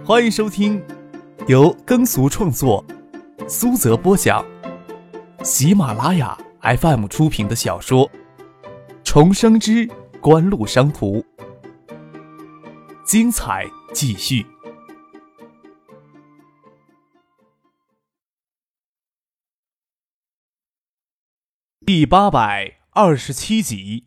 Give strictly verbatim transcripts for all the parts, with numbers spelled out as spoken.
欢迎收听由耕俗创作、苏泽播讲、喜马拉雅 F M 出品的小说《重生之官路商途》，精彩继续。第八百二十七集。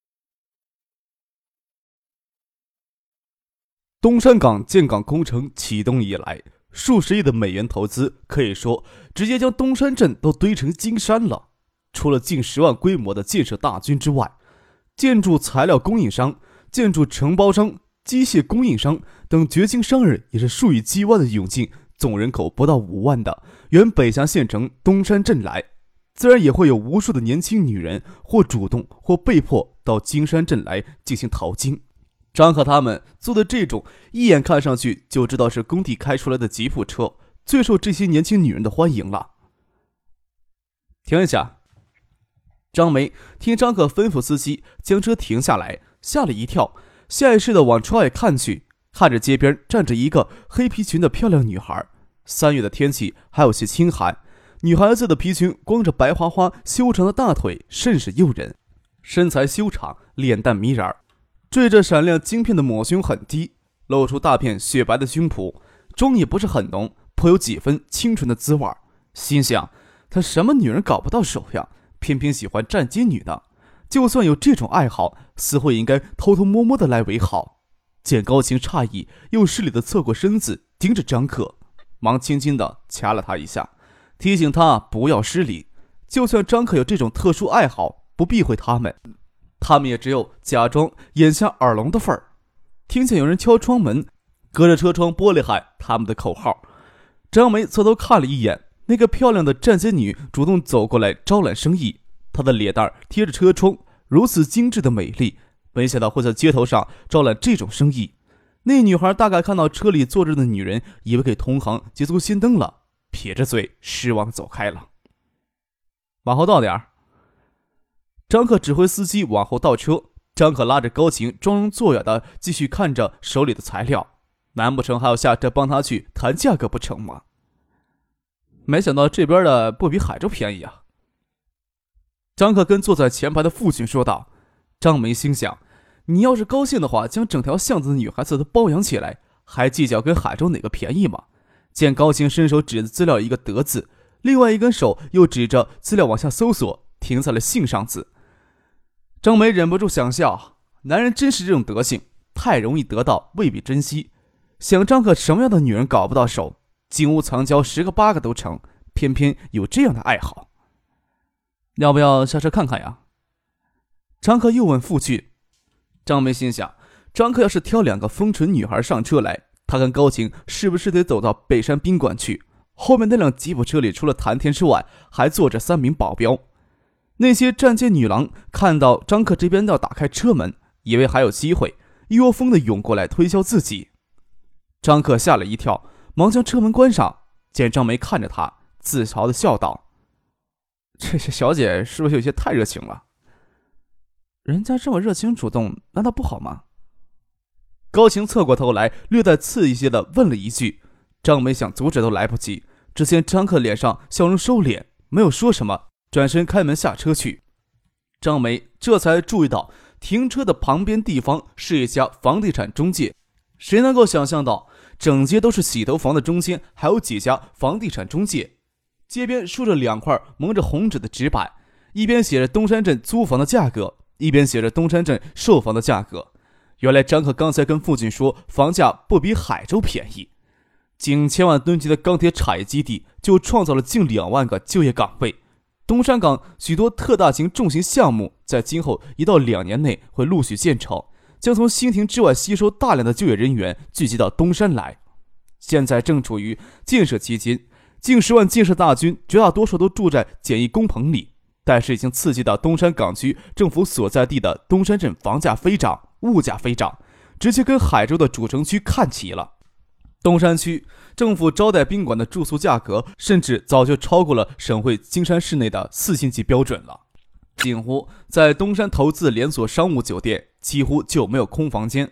东山港建港工程启动以来，数十亿的美元投资，可以说直接将东山镇都堆成金山了。除了近十万规模的建设大军之外，建筑材料供应商、建筑承包商、机械供应商等掘金商人也是数以几万的涌进总人口不到五万的原北峡县城东山镇来，自然也会有无数的年轻女人或主动或被迫到金山镇来进行淘金。张可他们坐的这种一眼看上去就知道是工地开出来的吉普车，最受这些年轻女人的欢迎了。停一下。张梅听张可吩咐司机将车停下来，吓了一跳，下意识地往窗外看去，看着街边站着一个黑皮裙的漂亮女孩。三月的天气还有些清寒，女孩子的皮裙光着白花花修长的大腿，甚是诱人，身材修长，脸蛋迷人，缀着闪亮晶片的抹胸很低，露出大片雪白的胸脯，妆也不是很浓，颇有几分清纯的滋味。心想，他什么女人搞不到手呀，偏偏喜欢站街女的，就算有这种爱好，似乎也应该偷偷摸摸的来为好。见高晴诧异，又失礼的侧过身子盯着张可，忙轻轻的掐了他一下，提醒他不要失礼。就算张可有这种特殊爱好，不避讳他们，他们也只有假装眼瞎耳聋的份儿。听见有人敲窗门，隔着车窗玻璃喊他们的口号。张梅侧头看了一眼，那个漂亮的站街女主动走过来招揽生意，她的脸蛋贴着车窗，如此精致的美丽，没想到会在街头上招揽这种生意。那女孩大概看到车里坐着的女人，以为给同行捷足先登了，撇着嘴失望地走开了。往后倒点儿。张可指挥司机往后倒车，张可拉着高晴装聋作哑的继续看着手里的材料，难不成还要下车帮他去谈价格不成吗？没想到这边的不比海州便宜啊。张可跟坐在前排的父亲说道。张梅心想，你要是高兴的话，将整条巷子的女孩子都包养起来，还计较跟海州哪个便宜吗？见高晴伸手指着资料一个德字，另外一根手又指着资料往下搜索，停在了姓上字。张梅忍不住想笑，男人真是这种德行，太容易得到未必珍惜。想张可什么样的女人搞不到手，金屋藏娇十个八个都成，偏偏有这样的爱好。要不要下车看看呀？张可又问父亲。张梅心想，张可要是挑两个风尘女孩上车来，他跟高晴是不是得走到北山宾馆去？后面那辆吉普车里除了谭天之外，还坐着三名保镖。那些站街女郎看到张可这边要打开车门，以为还有机会，一窝蜂地涌过来推销自己。张可吓了一跳，忙将车门关上，见张梅看着他，自嘲地笑道：这些小姐是不是有些太热情了？人家这么热情主动，难道不好吗？高晴侧过头来，略带刺一些地问了一句，张梅想阻止都来不及，只见张可脸上笑容收敛，没有说什么，转身开门下车去。张梅这才注意到停车的旁边地方是一家房地产中介。谁能够想象到整街都是洗头房的中间还有几家房地产中介？街边竖着两块蒙着红纸的纸板，一边写着东山镇租房的价格，一边写着东山镇售房的价格。原来张可刚才跟父亲说房价不比海州便宜，近千万吨级的钢铁产业基地就创造了近两万个就业岗位。东山港许多特大型重型项目在今后一到两年内会陆续建成，将从新亭之外吸收大量的就业人员聚集到东山来。现在正处于建设期间，近十万建设大军绝大多数都住在简易工棚里，但是已经刺激到东山港区政府所在地的东山镇房价飞涨，物价飞涨，直接跟海州的主城区看齐了。东山区政府招待宾馆的住宿价格甚至早就超过了省会金山市内的四星级标准了。锦湖在东山投资的连锁商务酒店几乎就没有空房间，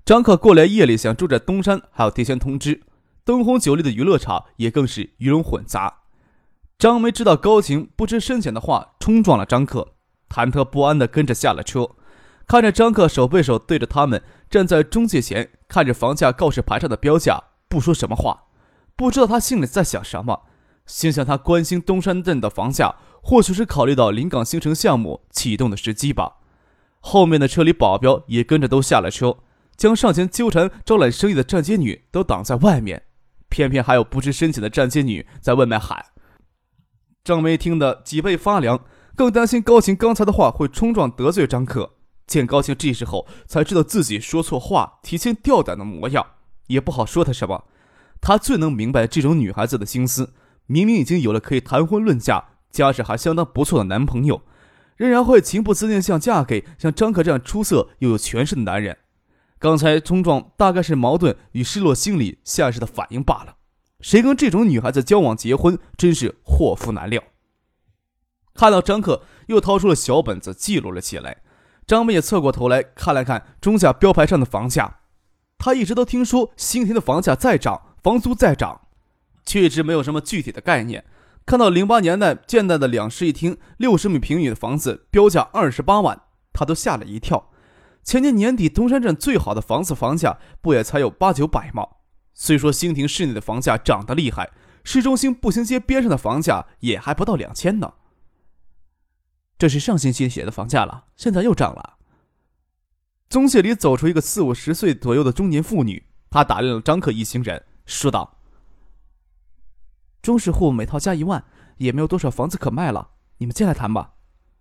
张克过来夜里想住在东山，还要提前通知。灯红酒绿的娱乐场也更是鱼龙混杂。张梅知道高晴不知深浅的话冲撞了张克，忐忑不安地跟着下了车，看着张克手背手对着他们站在中介前，看着房价告示牌上的标价，不说什么话。不知道他心里在想什么，心想他关心东山镇的房价，或许是考虑到临港新城项目启动的时机吧。后面的车里保镖也跟着都下了车，将上前纠缠招揽生意的站街女都挡在外面，偏偏还有不知深浅的站街女在外面喊。张梅听得脊背发凉，更担心高晴刚才的话会冲撞得罪张克。见高晴这时候才知道自己说错话，提前吊胆的模样，也不好说他什么。他最能明白这种女孩子的心思，明明已经有了可以谈婚论嫁，家世还相当不错的男朋友，仍然会情不自禁想嫁给像张克这样出色又有权势的男人。刚才冲撞大概是矛盾与失落心理下意识的反应罢了。谁跟这种女孩子交往结婚，真是祸福难料。看到张克又掏出了小本子记录了起来，张梅也侧过头来看了看中价标牌上的房价。他一直都听说新田的房价在涨，房租在涨，却一直没有什么具体的概念。看到零八年代建在的两室一厅六十米平米的房子标价二十八万，他都吓了一跳。前年年底东山镇最好的房子房价不也才有八九百吗？虽说新亭市内的房价涨得厉害，市中心步行街边上的房价也还不到两千呢。这是上星期写的房价了，现在又涨了。中介里走出一个四五十岁左右的中年妇女，她打量了张克一行人，说道：中实户每套加一万，也没有多少房子可卖了，你们进来谈吧。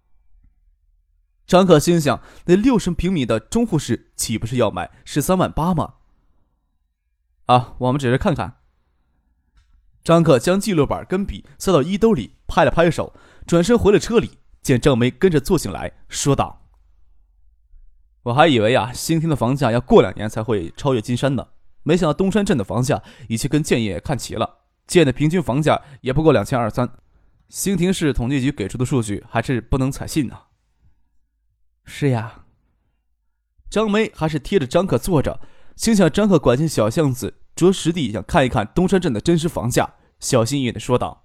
张克心想，那六十平米的中户式岂不是要买十三万八吗？啊，我们只是看看。张克将记录本跟笔塞到衣兜里，拍了拍手，转身回了车里，见郑梅跟着坐进来，说道：我还以为啊，新亭的房价要过两年才会超越金山呢，没想到东山镇的房价已经跟建业看齐了，建的平均房价也不过两千二三，新亭市统计局给出的数据还是不能采信呢。是呀，张梅还是贴着张克坐着，心想张克拐进小巷子，着实地想看一看东山镇的真实房价，小心翼翼地说道：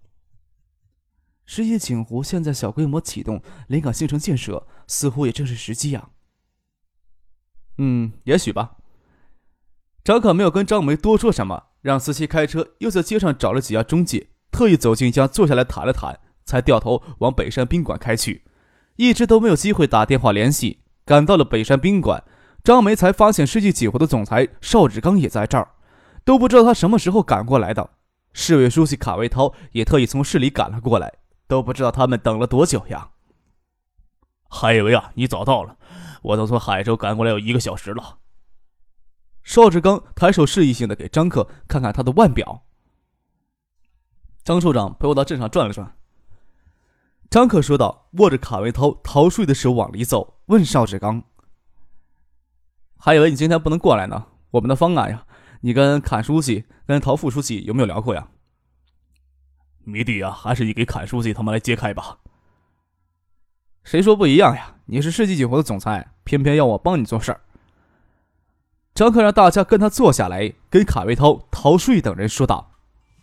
十一锦湖现在小规模启动临港新城建设，似乎也正是时机啊。嗯，也许吧。张克没有跟张梅多说什么，让司机开车，又在街上找了几家中介，特意走进一家坐下来谈了谈，才掉头往北山宾馆开去。一直都没有机会打电话联系，赶到了北山宾馆，张梅才发现世纪锦湖的总裁邵志刚也在这儿，都不知道他什么时候赶过来的。市委书记卡维涛也特意从市里赶了过来，都不知道他们等了多久呀。 还以为啊你早到了，我都从海州赶过来有一个小时了。 邵志刚抬手示意性的给张克看看他的腕表。张处长陪我到镇上转了转。张克说道，握着卡维涛陶书记的手往里走，问邵志刚：还以为你今天不能过来呢，我们的方案呀，你跟侃书记跟陶副书记有没有聊过呀？ 迷弟啊，还是你给侃书记他们来揭开吧。 谁说不一样呀？你是世纪锦湖的总裁，偏偏要我帮你做事儿。张克让大家跟他坐下来，跟卡维涛、陶书记等人说道：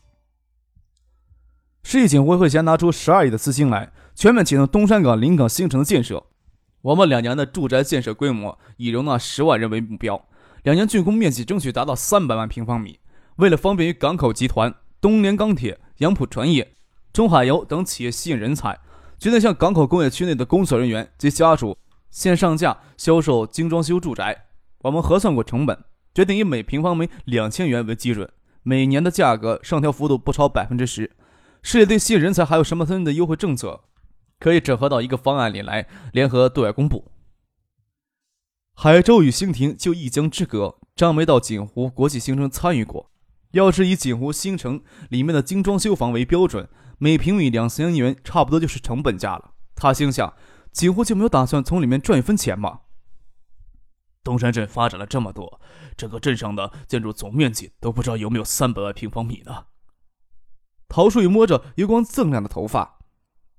世纪锦湖会先拿出十二亿的资金来，全面启动东山港、临港新城的建设。我们两年的住宅建设规模以容纳十万人为目标，两年竣工面积争取达到三百万平方米。为了方便于港口集团、东联钢铁、杨浦船业、中海油等企业吸引人才，决定向港口工业区内的工作人员及家属线上架销售精装修住宅。我们核算过成本，决定以每平方米两千元为基准，每年的价格上调幅度不超百分之十。市里对吸引人才还有什么新的优惠政策，可以整合到一个方案里来，联合对外公布。海州与新亭就一江之隔，张梅到锦湖国际新城参与过。要是以锦湖新城里面的精装修房为标准，每平米两千元差不多就是成本价了。他心想，锦湖就没有打算从里面赚一分钱吗？ 东山镇发展了这么多，整个镇上的建筑总面积都不知道有没有三百万平方米呢。 陶树玉摸着油光锃亮的头发，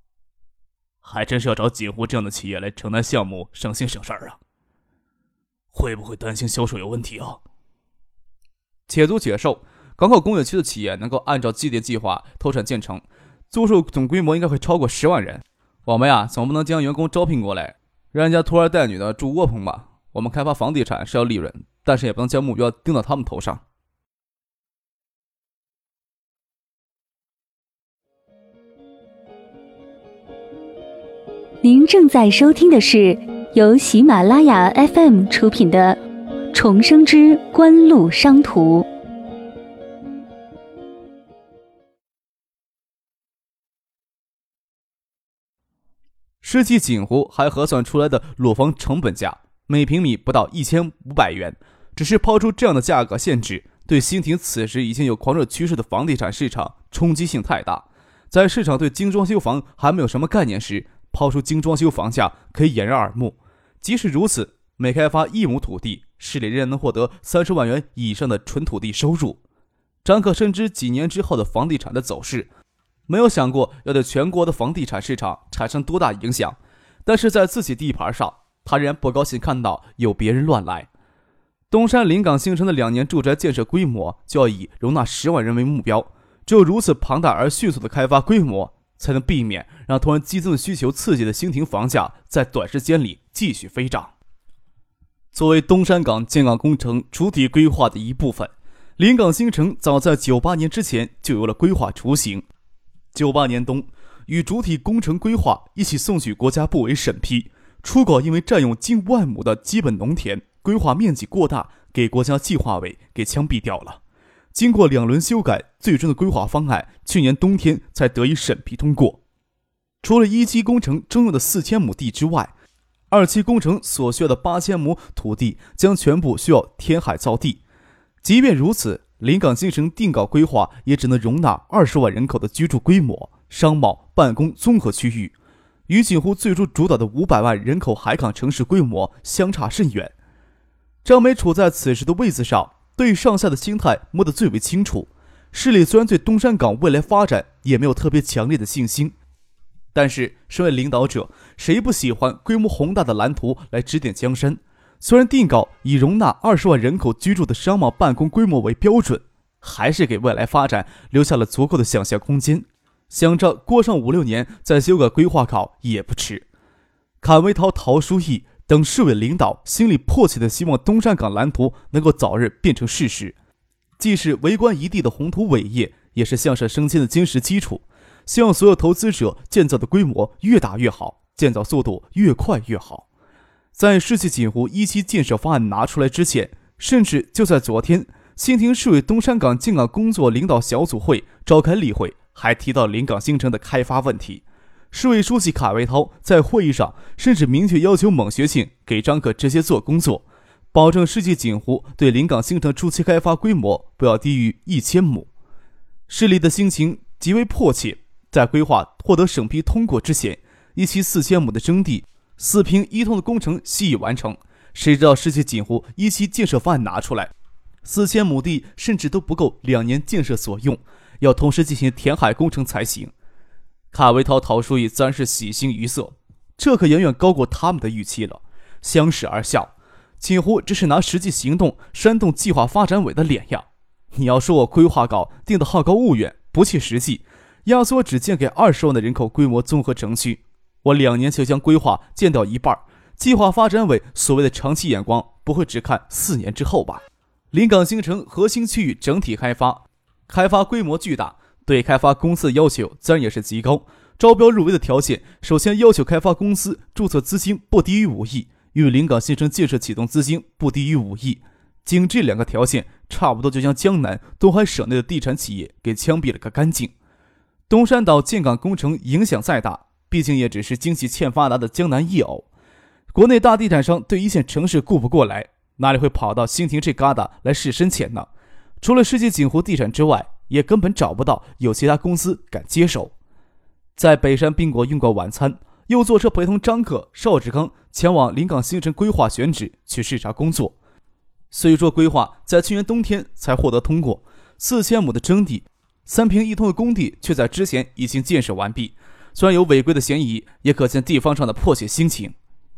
还真是要找锦湖这样的企业来承担项目，省心省事儿啊。 会不会担心销售有问题啊？ 且租且售，港口工业区的企业能够按照既定计划投产建成，租售总规模应该会超过十万人。我们呀，总不能将员工招聘过来，让人家拖儿带女的住窝棚吧？我们开发房地产是要利润，但是也不能将目标盯到他们头上。 您正在收听的是由喜马拉雅 F M 出品的《重生之官路商途》。 世纪锦湖还核算出来的裸房成本价每平米不到一千五百元，只是抛出这样的价格限制，对兴亭此时已经有狂热趋势的房地产市场冲击性太大。在市场对精装修房还没有什么概念时，抛出精装修房价可以掩人耳目。即使如此，每开发一亩土地，市里仍然能获得三十万元以上的纯土地收入。张可深知几年之后的房地产的走势，没有想过要对全国的房地产市场产生多大影响，但是在自己地盘上，他仍然不高兴看到有别人乱来。东山临港新城的两年住宅建设规模就要以容纳十万人为目标，只有如此庞大而迅速的开发规模，才能避免让突然激增的需求刺激的兴亭房价在短时间里继续飞涨。作为东山港建港工程主体规划的一部分，临港新城早在九八年之前就有了规划雏形。九八年冬，与主体工程规划一起送去国家部委审批，初稿因为占用近万亩的基本农田，规划面积过大，给国家计划委给枪毙掉了。经过两轮修改，最终的规划方案去年冬天才得以审批通过。除了一期工程征用的四千亩地之外，二期工程所需要的八千亩土地将全部需要填海造地。即便如此，临港新城定稿规划也只能容纳二十万人口的居住规模、商贸、办公综合区域，与锦湖最初主导的五百万人口海港城市规模相差甚远。张梅处在此时的位子上，对上下的心态摸得最为清楚。市里虽然对东山港未来发展也没有特别强烈的信心，但是身为领导者，谁不喜欢规模宏大的蓝图来指点江山？虽然定稿以容纳二十万人口居住的商贸办公规模为标准，还是给未来发展留下了足够的想象空间。想着过上五六年再修改规划稿也不迟。阚维涛、陶书义等市委领导心里迫切地希望东山港蓝图能够早日变成事实，既是为官一地的宏图伟业，也是向上升迁的坚实基础。希望所有投资者建造的规模越大越好，建造速度越快越好。在世纪锦湖一期建设方案拿出来之前，甚至就在昨天，兴亭市委东山港建港工作领导小组会召开例会，还提到临港新城的开发问题。市委书记阚维涛在会议上甚至明确要求锰学庆给张可直接做工作，保证世纪锦湖对临港新城初期开发规模不要低于一千亩。市里的心情极为迫切，在规划获得审批通过之前，一期四千亩的征地、四平一通的工程悉已完成。谁知道世纪锦湖一期建设方案拿出来，四千亩地甚至都不够两年建设所用，要同时进行填海工程才行。阚维涛、陶书义自然是喜形于色，这可远远高过他们的预期了，相视而笑。锦湖只是拿实际行动煽动计划发展委的脸呀！你要说我规划稿定得好高骛远，不切实际，压缩只建给二十万的人口规模综合城区，我两年就将规划建掉一半，计划发展委所谓的长期眼光不会只看四年之后吧？临港新城核心区域整体开发，开发规模巨大，对开发公司的要求自然也是极高。招标入围的条件，首先要求开发公司注册资金不低于五亿，与临港新城建设启动资金不低于五亿。仅这两个条件，差不多就将江南、东海省内的地产企业给枪毙了个干净。东山岛建港工程影响再大，毕竟也只是经济欠发达的江南一偶。国内大地产商对一线城市顾不过来，哪里会跑到兴亭这疙瘩来试深浅呢？除了世纪锦湖地产之外，也根本找不到有其他公司敢接手。在北山宾馆用过晚餐，又坐车陪同张可、邵志刚前往临港新城规划选址去视察工作。虽说规划在去年冬天才获得通过，四千亩的征地、三平一通的工地却在之前已经建设完毕，虽然有违规的嫌疑，也可见地方上的迫切心情。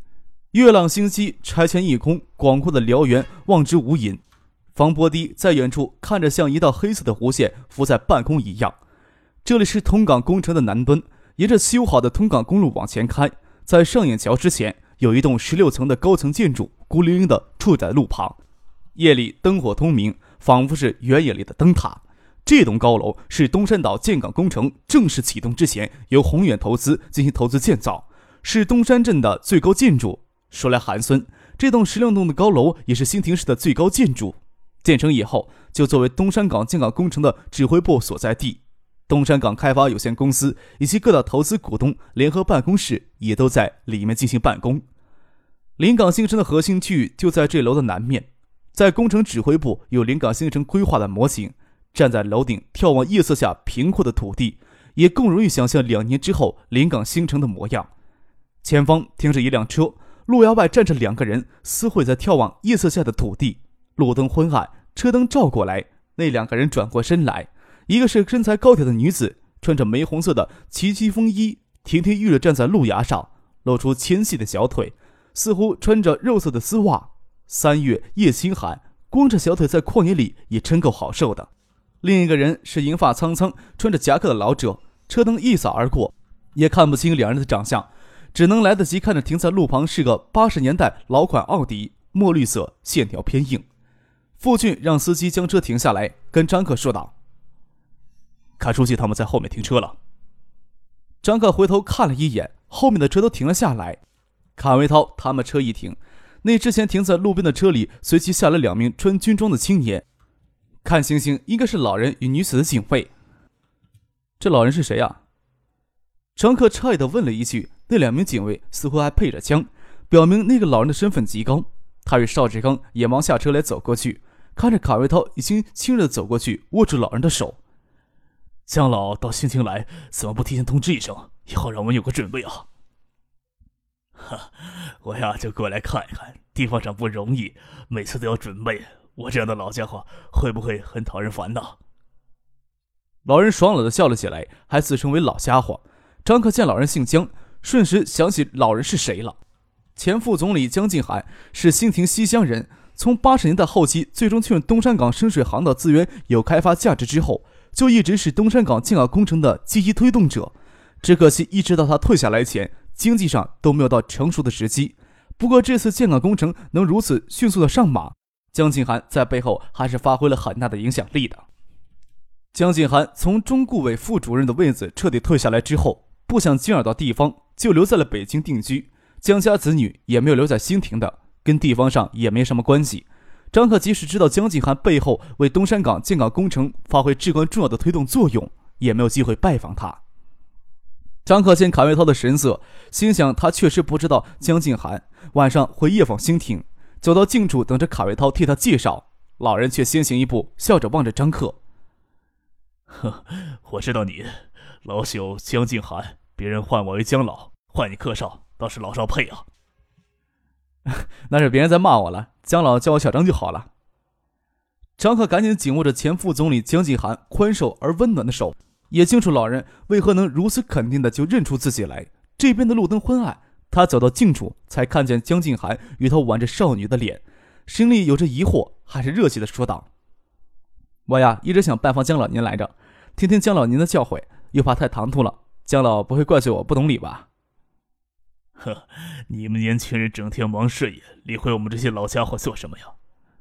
月朗星稀，拆迁一空，广阔的辽原望之无垠。防波堤在远处看着像一道黑色的弧线浮在半空一样。这里是通港工程的南端，沿着修好的通港公路往前开，在上眼桥之前有一栋十六层的高层建筑，孤零零地处在路旁。夜里灯火通明，仿佛是原野里的灯塔。这栋高楼是东山岛建港工程正式启动之前由宏远投资进行投资建造，是东山镇的最高建筑。说来寒酸，这栋十六栋的高楼也是新亭市的最高建筑。建成以后，就作为东山港建港工程的指挥部所在地。东山港开发有限公司以及各大投资股东联合办公室也都在里面进行办公。临港新城的核心区域就在这楼的南面，在工程指挥部有临港新城规划的模型，站在楼顶眺望夜色下平阔的土地，也更容易想象两年之后临港新城的模样。前方停着一辆车，路牙外站着两个人，似乎在眺望夜色下的土地。路灯昏暗，车灯照过来，那两个人转过身来，一个是身材高挑的女子，穿着玫红色的齐膝风衣，亭亭玉立站在路牙上，露出纤细的小腿，似乎穿着肉色的丝袜。三月夜清寒，光着小腿在旷野里也真够好受的。另一个人是银发苍苍，穿着夹克的老者，车灯一扫而过，也看不清两人的长相，只能来得及看着停在路旁是个八十年代老款奥迪，墨绿色，线条偏硬。傅俊让司机将车停下来，跟张克说道：“ 看书记他们在后面停车了。” 张克回头看了一眼，后面的车都停了下来。卡维涛他们车一停，那之前停在路边的车里随即下来两名穿军装的青年，看情形应该是老人与女子的警卫。这老人是谁啊？张克诧异地问了一句。那两名警卫似乎还配着枪，表明那个老人的身份极高。他与邵志刚也忙下车来走过去，看着卡维涛已经亲热地走过去，握住老人的手。 江老到新亭来，怎么不提前通知一声，以后让我们有个准备啊？哈，我呀就过来看一看，地方上不容易，每次都要准备，我这样的老家伙会不会很讨人烦呢？ 老人爽朗地笑了起来，还自称为老家伙。张克见老人姓江，瞬时想起老人是谁了。前副总理江静涵是新亭西乡人，从八十年代后期最终确认东山港深水航道资源有开发价值之后，就一直是东山港建港工程的积极推动者。只可惜一直到他退下来前，经济上都没有到成熟的时机。不过这次建港工程能如此迅速的上马，江静涵在背后还是发挥了很大的影响力的。江静涵从中顾委副主任的位子彻底退下来之后，不想惊扰到地方，就留在了北京定居。江家子女也没有留在新亭的，跟地方上也没什么关系。张克即使知道江静涵背后为东山港建港工程发挥至关重要的推动作用，也没有机会拜访他。张克见卡维涛的神色，心想他确实不知道江静涵晚上会夜访新亭，走到近处等着卡维涛替他介绍。老人却先行一步，笑着望着张克：“ 呵，我知道你，老朽江静涵，别人唤我为江老，唤你客少，倒是老少配啊。” 那是别人在骂我了，江老叫我小张就好了。张克赶紧紧握着前副总理江静涵宽瘦而温暖的手，也清楚老人为何能如此肯定的就认出自己来。这边的路灯昏暗，他走到近处才看见江静涵与他挽着少女的脸，心里有着疑惑，还是热切的说道：“我呀一直想拜访江老您来着，听听江老您的教诲，又怕太唐突了，江老不会怪罪我不懂礼吧？” 呵，你们年轻人整天忙事业，理会我们这些老家伙做什么呀？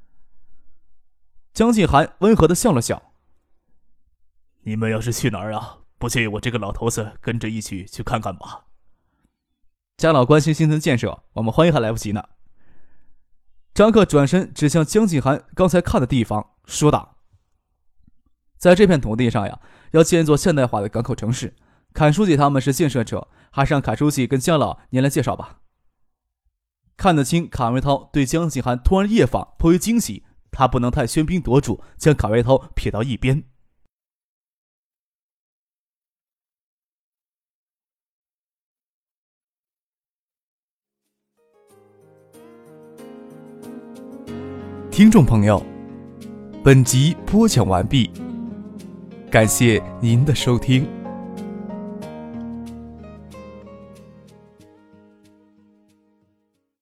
江静涵温和地笑了笑：“ 你们要是去哪儿啊，不介意我这个老头子跟着一起去看看吧？” 江老关心新城建设，我们欢迎还来不及呢。张克转身指向江静涵刚才看的地方，说道：“在这片土地上呀，要建一座现代化的港口城市。坎书记他们是建设者，还是让坎书记跟江老您来介绍吧。”看得清卡维涛对江静涵突然夜访颇为惊喜，他不能太喧宾夺主，将卡维涛撇到一边。 听众朋友，本集播讲完毕，感谢您的收听。